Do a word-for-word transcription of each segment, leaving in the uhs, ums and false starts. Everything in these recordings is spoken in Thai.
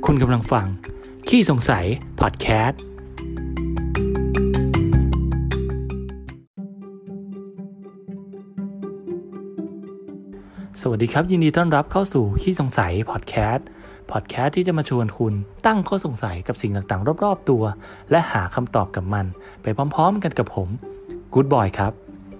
คุณกำลังฟังขี้สงสัยพอดแคสต์สวัสดีครับยินดีต้อนรับเข้าสู่ขี้สงสัยพอดแคสต์พอดแคสต์ที่จะมาชวนคุณตั้งข้อสงสัยกับสิ่งต่างๆรอบๆตัวและหาคำตอบกับมันไปพร้อมๆกันกับผมกู๊ดบอยครับ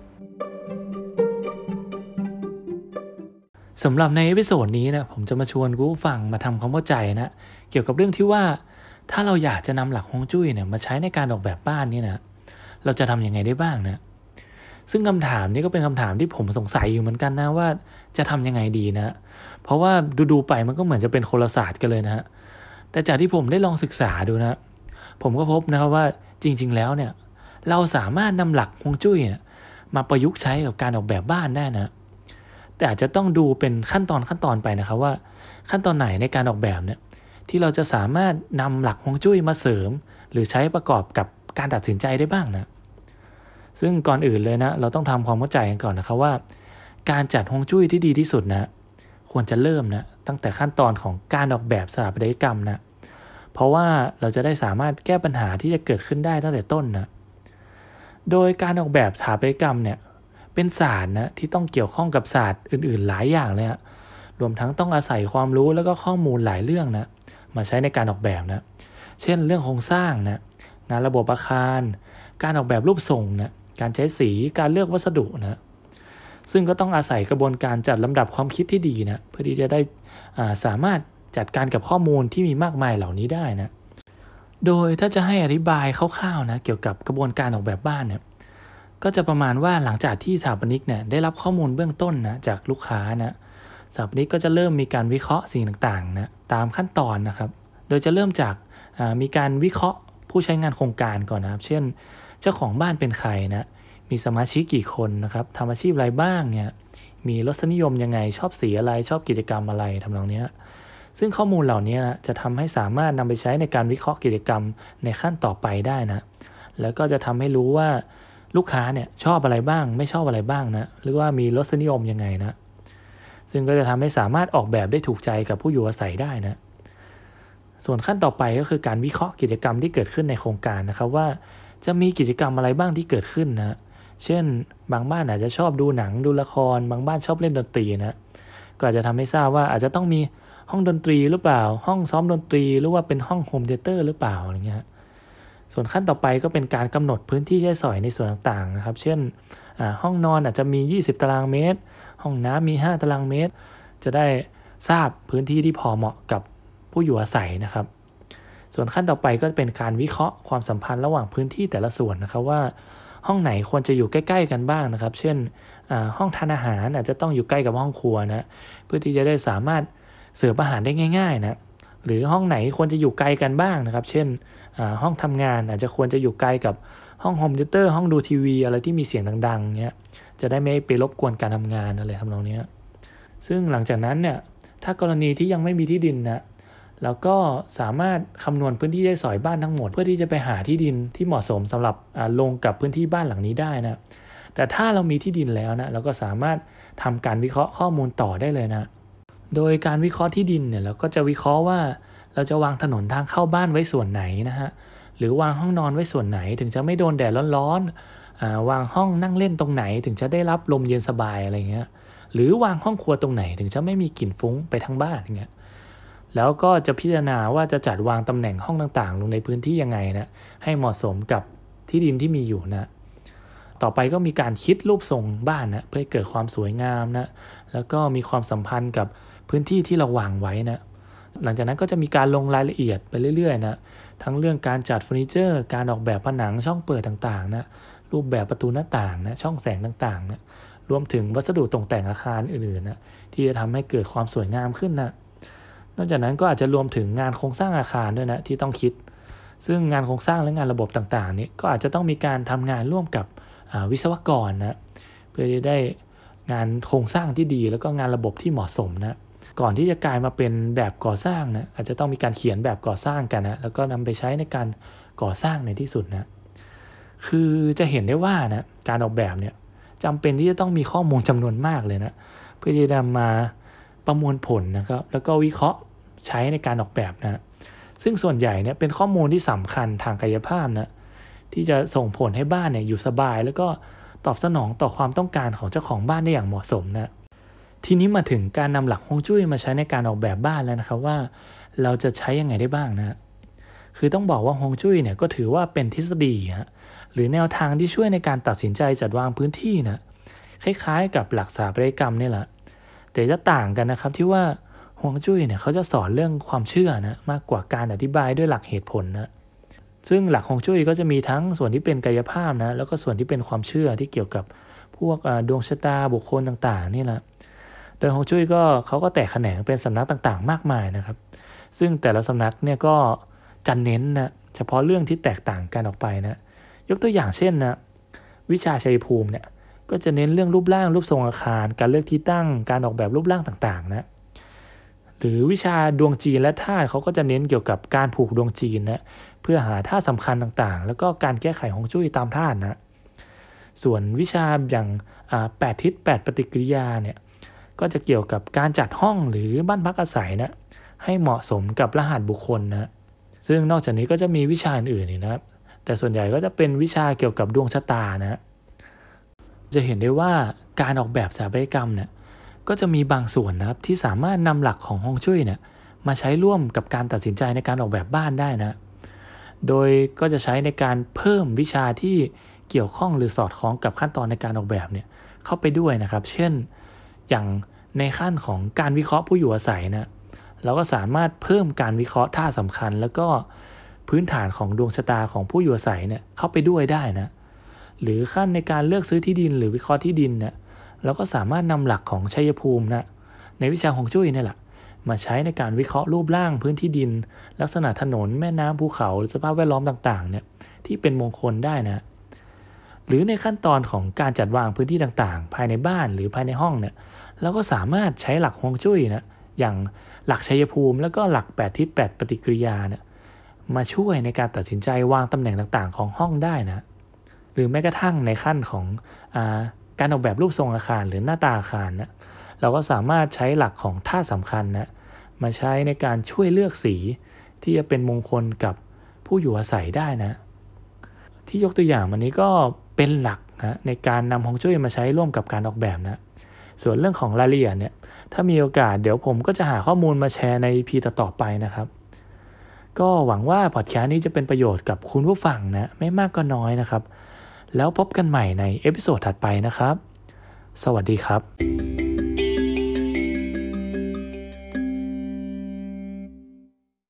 สำหรับในเอพิโซดนี้นะผมจะมาชวนคุณผู้ฟังมาทำความเข้าใจนะเกี่ยวกับเรื่องที่ว่าถ้าเราอยากจะนำหลักฮวงจุ้ยเนี่ยมาใช้ในการออกแบบบ้านนี่นะเราจะทำยังไงได้บ้างนะซึ่งคำถามนี้ก็เป็นคำถามที่ผมสงสัยอยู่เหมือนกันนะว่าจะทำยังไงดีนะเพราะว่าดูๆไปมันก็เหมือนจะเป็นคนละศาสตร์กันเลยนะฮะแต่จากที่ผมได้ลองศึกษาดูนะผมก็พบนะครับว่าจริงๆแล้วเนี่ยเราสามารถนำหลักฮวงจุ้ยเนี่ยมาประยุกต์ใช้กับการออกแบบบ้านได้นะแต่อาจจะต้องดูเป็นขั้นตอนขั้นตอนไปนะครับว่าขั้นตอนไหนในการออกแบบเนี่ยที่เราจะสามารถนำหลักฮวงจุ้ยมาเสริมหรือใช้ประกอบกับการตัดสินใจได้บ้างนะซึ่งก่อนอื่นเลยนะเราต้องทำความเข้าใจกันก่อนนะครับว่าการจัดฮวงจุ้ยที่ดีที่สุดนะควรจะเริ่มนะตั้งแต่ขั้นตอนของการออกแบบสถาปัตยกรรมนะเพราะว่าเราจะได้สามารถแก้ปัญหาที่จะเกิดขึ้นได้ตั้งแต่ต้นนะโดยการออกแบบสถาปัตยกรรมเนี่ยเป็นศาสตร์นะที่ต้องเกี่ยวข้องกับศาสตร์อื่นๆหลายอย่างเลยนะรวมทั้งต้องอาศัยความรู้แล้วก็ข้อมูลหลายเรื่องนะมาใช้ในการออกแบบนะเช่นเรื่องโครงสร้างนะงานระบบอาคารการออกแบบรูปทรงนะการใช้สีการเลือกวัสดุนะซึ่งก็ต้องอาศัยกระบวนการจัดลำดับความคิดที่ดีนะเพื่อที่จะได้อ่าสามารถจัดการกับข้อมูลที่มีมากมายเหล่านี้ได้นะโดยถ้าจะให้อธิบายคร่าวๆนะเกี่ยวกับกระบวนการออกแบบบ้านเนี่ยก็จะประมาณว่าหลังจากที่สถาปนิกเนี่ยได้รับข้อมูลเบื้องต้นนะจากลูกค้านะสถาปนิกก็จะเริ่มมีการวิเคราะห์สิ่งต่างๆนะตามขั้นตอนนะครับโดยจะเริ่มจากมีการวิเคราะห์ผู้ใช้งานโครงการก่อนนะครับเช่นเจ้าของบ้านเป็นใครนะมีสมาชิกกี่คนนะครับทำอาชีพอะไรบ้างเนี่ยมีรสนิยมยังไงชอบสีอะไรชอบกิจกรรมอะไรทำนองนี้ซึ่งข้อมูลเหล่านี้นะจะทำให้สามารถนำไปใช้ในการวิเคราะห์กิจกรรมในขั้นต่อไปได้นะแล้วก็จะทำให้รู้ว่าลูกค้าเนี่ยชอบอะไรบ้างไม่ชอบอะไรบ้างนะหรือว่ามีรสนิยมยังไงนะซึ่งก็จะทำให้สามารถออกแบบได้ถูกใจกับผู้อยู่อาศัยได้นะส่วนขั้นต่อไปก็คือการวิเคราะห์กิจกรรมที่เกิดขึ้นในโครงการนะครับว่าจะมีกิจกรรมอะไรบ้างที่เกิดขึ้นนะเช่นบางบ้านอาจจะชอบดูหนังดูละครบางบ้านชอบเล่นดนตรีนะก็อาจจะทำให้ทราบว่าอาจจะต้องมีห้องดนตรีหรือเปล่าห้องซ้อมดนตรีหรือว่าเป็นห้องโฮมเธียเตอร์หรือเปล่าอะไรเงี้ยส่วนขั้นต่อไปก็เป็นการกำหนดพื้นที่ใช้สอยในส่วนต่างๆนะครับเช่นห้องนอนอาจจะมียี่สิบตารางเมตรห้องน้ำมีห้าตารางเมตรจะได้ทราบพื้นที่ที่พอเหมาะกับผู้อยู่อาศัยนะครับส่วนขั้นต่อไปก็เป็นการวิเคราะห์ความสัมพันธ์ระหว่างพื้นที่แต่ละส่วนนะครับว่าห้องไหนควรจะอยู่ใกล้ๆกันบ้างนะครับเช่นห้องทานอาหารอาจจะต้องอยู่ใกล้กับห้องครัวนะเพื่อที่จะได้สามารถเสิร์ฟอาหารได้ง่ายๆนะหรือห้องไหนควรจะอยู่ไกลกันบ้างนะครับเช่นห้องทำงานอาจจะควรจะอยู่ไกลกับห้องโฮมเธียเตอร์ห้องดูทีวีอะไรที่มีเสียงดังๆเนี้ยจะได้ไม่ไปรบกวนการทำงานอะไรทำนองนี้ซึ่งหลังจากนั้นเนี่ยถ้ากรณีที่ยังไม่มีที่ดินนะแล้วก็สามารถคำนวณพื้นที่ใช้สอยบ้านทั้งหมดเพื่อที่จะไปหาที่ดินที่เหมาะสมสำหรับลงกับพื้นที่บ้านหลังนี้ได้นะแต่ถ้าเรามีที่ดินแล้วนะเราก็สามารถทำการวิเคราะห์ข้อมูลต่อได้เลยนะโดยการวิเคราะห์ที่ดินเนี่ยเราก็จะวิเคราะห์ว่าเราจะวางถนนทางเข้าบ้านไว้ส่วนไหนนะฮะหรือวางห้องนอนไว้ส่วนไหนถึงจะไม่โดนแดดร้อนๆวางห้องนั่งเล่นตรงไหนถึงจะได้รับลมเย็นสบายอะไรเงี้ยหรือวางห้องครัวตรงไหนถึงจะไม่มีกลิ่นฟุ้งไปทั้งบ้านอย่างเงี้ยแล้วก็จะพิจารณาว่าจะจัดวางตำแหน่งห้องต่างๆลงในพื้นที่ยังไงนะให้เหมาะสมกับที่ดินที่มีอยู่นะต่อไปก็มีการคิดรูปทรงบ้านนะเพื่อให้เกิดความสวยงามนะแล้วก็มีความสัมพันธ์กับพื้นที่ที่เราวางไว้นะหลังจากนั้นก็จะมีการลงรายละเอียดไปเรื่อยๆนะทั้งเรื่องการจัดเฟอร์นิเจอร์การออกแบบผนังช่องเปิดต่างๆนะรูปแบบประตูหน้าต่างนะช่องแสงต่างๆนะรวมถึงวัสดุตกแต่งอาคารอื่นๆนะที่จะทำให้เกิดความสวยงามขึ้นนะนอกจากนั้นก็อาจจะรวมถึงงานโครงสร้างอาคารด้วยนะที่ต้องคิดซึ่งงานโครงสร้างและงานระบบต่างๆนี้ก็อาจจะต้องมีการทำงานร่วมกับวิศวกรนะเพื่อที่ได้งานโครงสร้างที่ดีแล้วก็งานระบบที่เหมาะสมนะก่อนที่จะกลายมาเป็นแบบก่อสร้างนะอาจจะต้องมีการเขียนแบบก่อสร้างกันนะแล้วก็นำไปใช้ในการก่อสร้างในที่สุดนะคือจะเห็นได้ว่านะการออกแบบเนี่ยจำเป็นที่จะต้องมีข้อมูลจำนวนมากเลยนะเพื่อที่จะมาประมวลผลนะครับแล้วก็วิเคราะห์ใช้ในการออกแบบนะซึ่งส่วนใหญ่เนี่ยเป็นข้อมูลที่สำคัญทางกายภาพนะที่จะส่งผลให้บ้านเนี่ยอยู่สบายแล้วก็ตอบสนองต่อความต้องการของเจ้าของบ้านได้อย่างเหมาะสมนะทีนี้มาถึงการนำหลักฮวงจุ้ยมาใช้ในการออกแบบบ้านแล้วนะครับว่าเราจะใช้ยังไงได้บ้างนะคือต้องบอกว่าฮวงจุ้ยเนี่ยก็ถือว่าเป็นทฤษฎีฮะหรือแนวทางที่ช่วยในการตัดสินใจจัดวางพื้นที่นะคล้ายๆกับหลักสถาปัตยกรรมนี่แหละแต่จะต่างกันนะครับที่ว่าฮวงจุ้ยเนี่ยเขาจะสอนเรื่องความเชื่อนะมากกว่าการอธิบายด้วยหลักเหตุผลนะซึ่งหลักฮวงจุ้ยก็จะมีทั้งส่วนที่เป็นกายภาพนะแล้วก็ส่วนที่เป็นความเชื่อที่เกี่ยวกับพวกดวงชะตาบุคคลต่างๆนี่แหละโดยฮวงจุ้ยก็เขาก็แตกแขนงเป็นสำนักต่างๆมากมายนะครับซึ่งแต่ละสำนักเนี่ยก็จะเน้นนะเฉพาะเรื่องที่แตกต่างกันออกไปนะยกตัวอย่างเช่นนะวิชาชัยภูมิเนี่ยก็จะเน้นเรื่องรูปร่างรูปทรงอาคารการเลือกที่ตั้งการออกแบบรูปร่างต่างๆนะหรือวิชาดวงจีนและธาตุเขาก็จะเน้นเกี่ยวกับการผูกดวงจีนนะเพื่อหาธาตุสำคัญต่างๆแล้วก็การแก้ไขฮวงจุ้ยตามธาตุนะส่วนวิชาอย่างแปดทิศแปดปฏิกิริยาเนี่ยก็จะเกี่ยวกับการจัดห้องหรือบ้านพักอาศัยนะให้เหมาะสมกับรหัสบุคคลนะซึ่งนอกจากนี้ก็จะมีวิชาอื่นๆนะครับแต่ส่วนใหญ่ก็จะเป็นวิชาเกี่ยวกับดวงชะตานะจะเห็นได้ว่าการออกแบบสถาปัตยกรรมเนี่ยก็จะมีบางส่วนนะครับที่สามารถนำหลักของฮวงจุ้ยเนี่ยมาใช้ร่วมกับการตัดสินใจในการออกแบบบ้านได้นะโดยก็จะใช้ในการเพิ่มวิชาที่เกี่ยวข้องหรือสอดคล้องกับขั้นตอนในการออกแบบเนี่ยเข้าไปด้วยนะครับเช่นอย่างในขั้นของการวิเคราะห์ผู้อยู่อาศัยนะเราก็สามารถเพิ่มการวิเคราะห์ท่าสำคัญแล้วก็พื้นฐานของดวงชะตาของผู้อยู่อาศัยเนี่ยเข้าไปด้วยได้นะหรือขั้นในการเลือกซื้อที่ดินหรือวิเคราะห์ที่ดินเนี่ยเราก็สามารถนำหลักของชัยภูมินะในวิชาฮวงจุ้ยนี่แหละมาใช้ในการวิเคราะห์รูปร่างพื้นที่ดินลักษณะถนนแม่น้ำภูเขาสภาพแวดล้อมต่างๆเนี่ยที่เป็นมงคลได้นะหรือในขั้นตอนของการจัดวางพื้นที่ต่างๆภายในบ้านหรือภายในห้องเนี่ยเราก็สามารถใช้หลักฮวงจุ้ยนะอย่างหลักชัยภูมิแล้วก็หลักแปดทิศแปดปฏิกิริยาเนี่ยมาช่วยในการตัดสินใจวางตำแหน่งต่างๆของห้องได้นะหรือแม้กระทั่งในขั้นของอาการออกแบบรูปทรงอาคารหรือหน้าตาอาคารนะเราก็สามารถใช้หลักของธาตุสำคัญนะมาใช้ในการช่วยเลือกสีที่จะเป็นมงคลกับผู้อยู่อาศัยได้นะที่ยกตัวอย่างวันนี้ก็เป็นหลักนะในการนำฮวงจุ้ยมาใช้ร่วมกับการออกแบบนะส่วนเรื่องของรายละเอียดเนี่ยถ้ามีโอกาสเดี๋ยวผมก็จะหาข้อมูลมาแชร์ใน อี พี ต่อๆไปนะครับก็หวังว่าพอดแคสต์นี้จะเป็นประโยชน์กับคุณผู้ฟังนะไม่มากก็น้อยนะครับแล้วพบกันใหม่ในเอพิโซดถัดไปนะครับสวัสดีครับ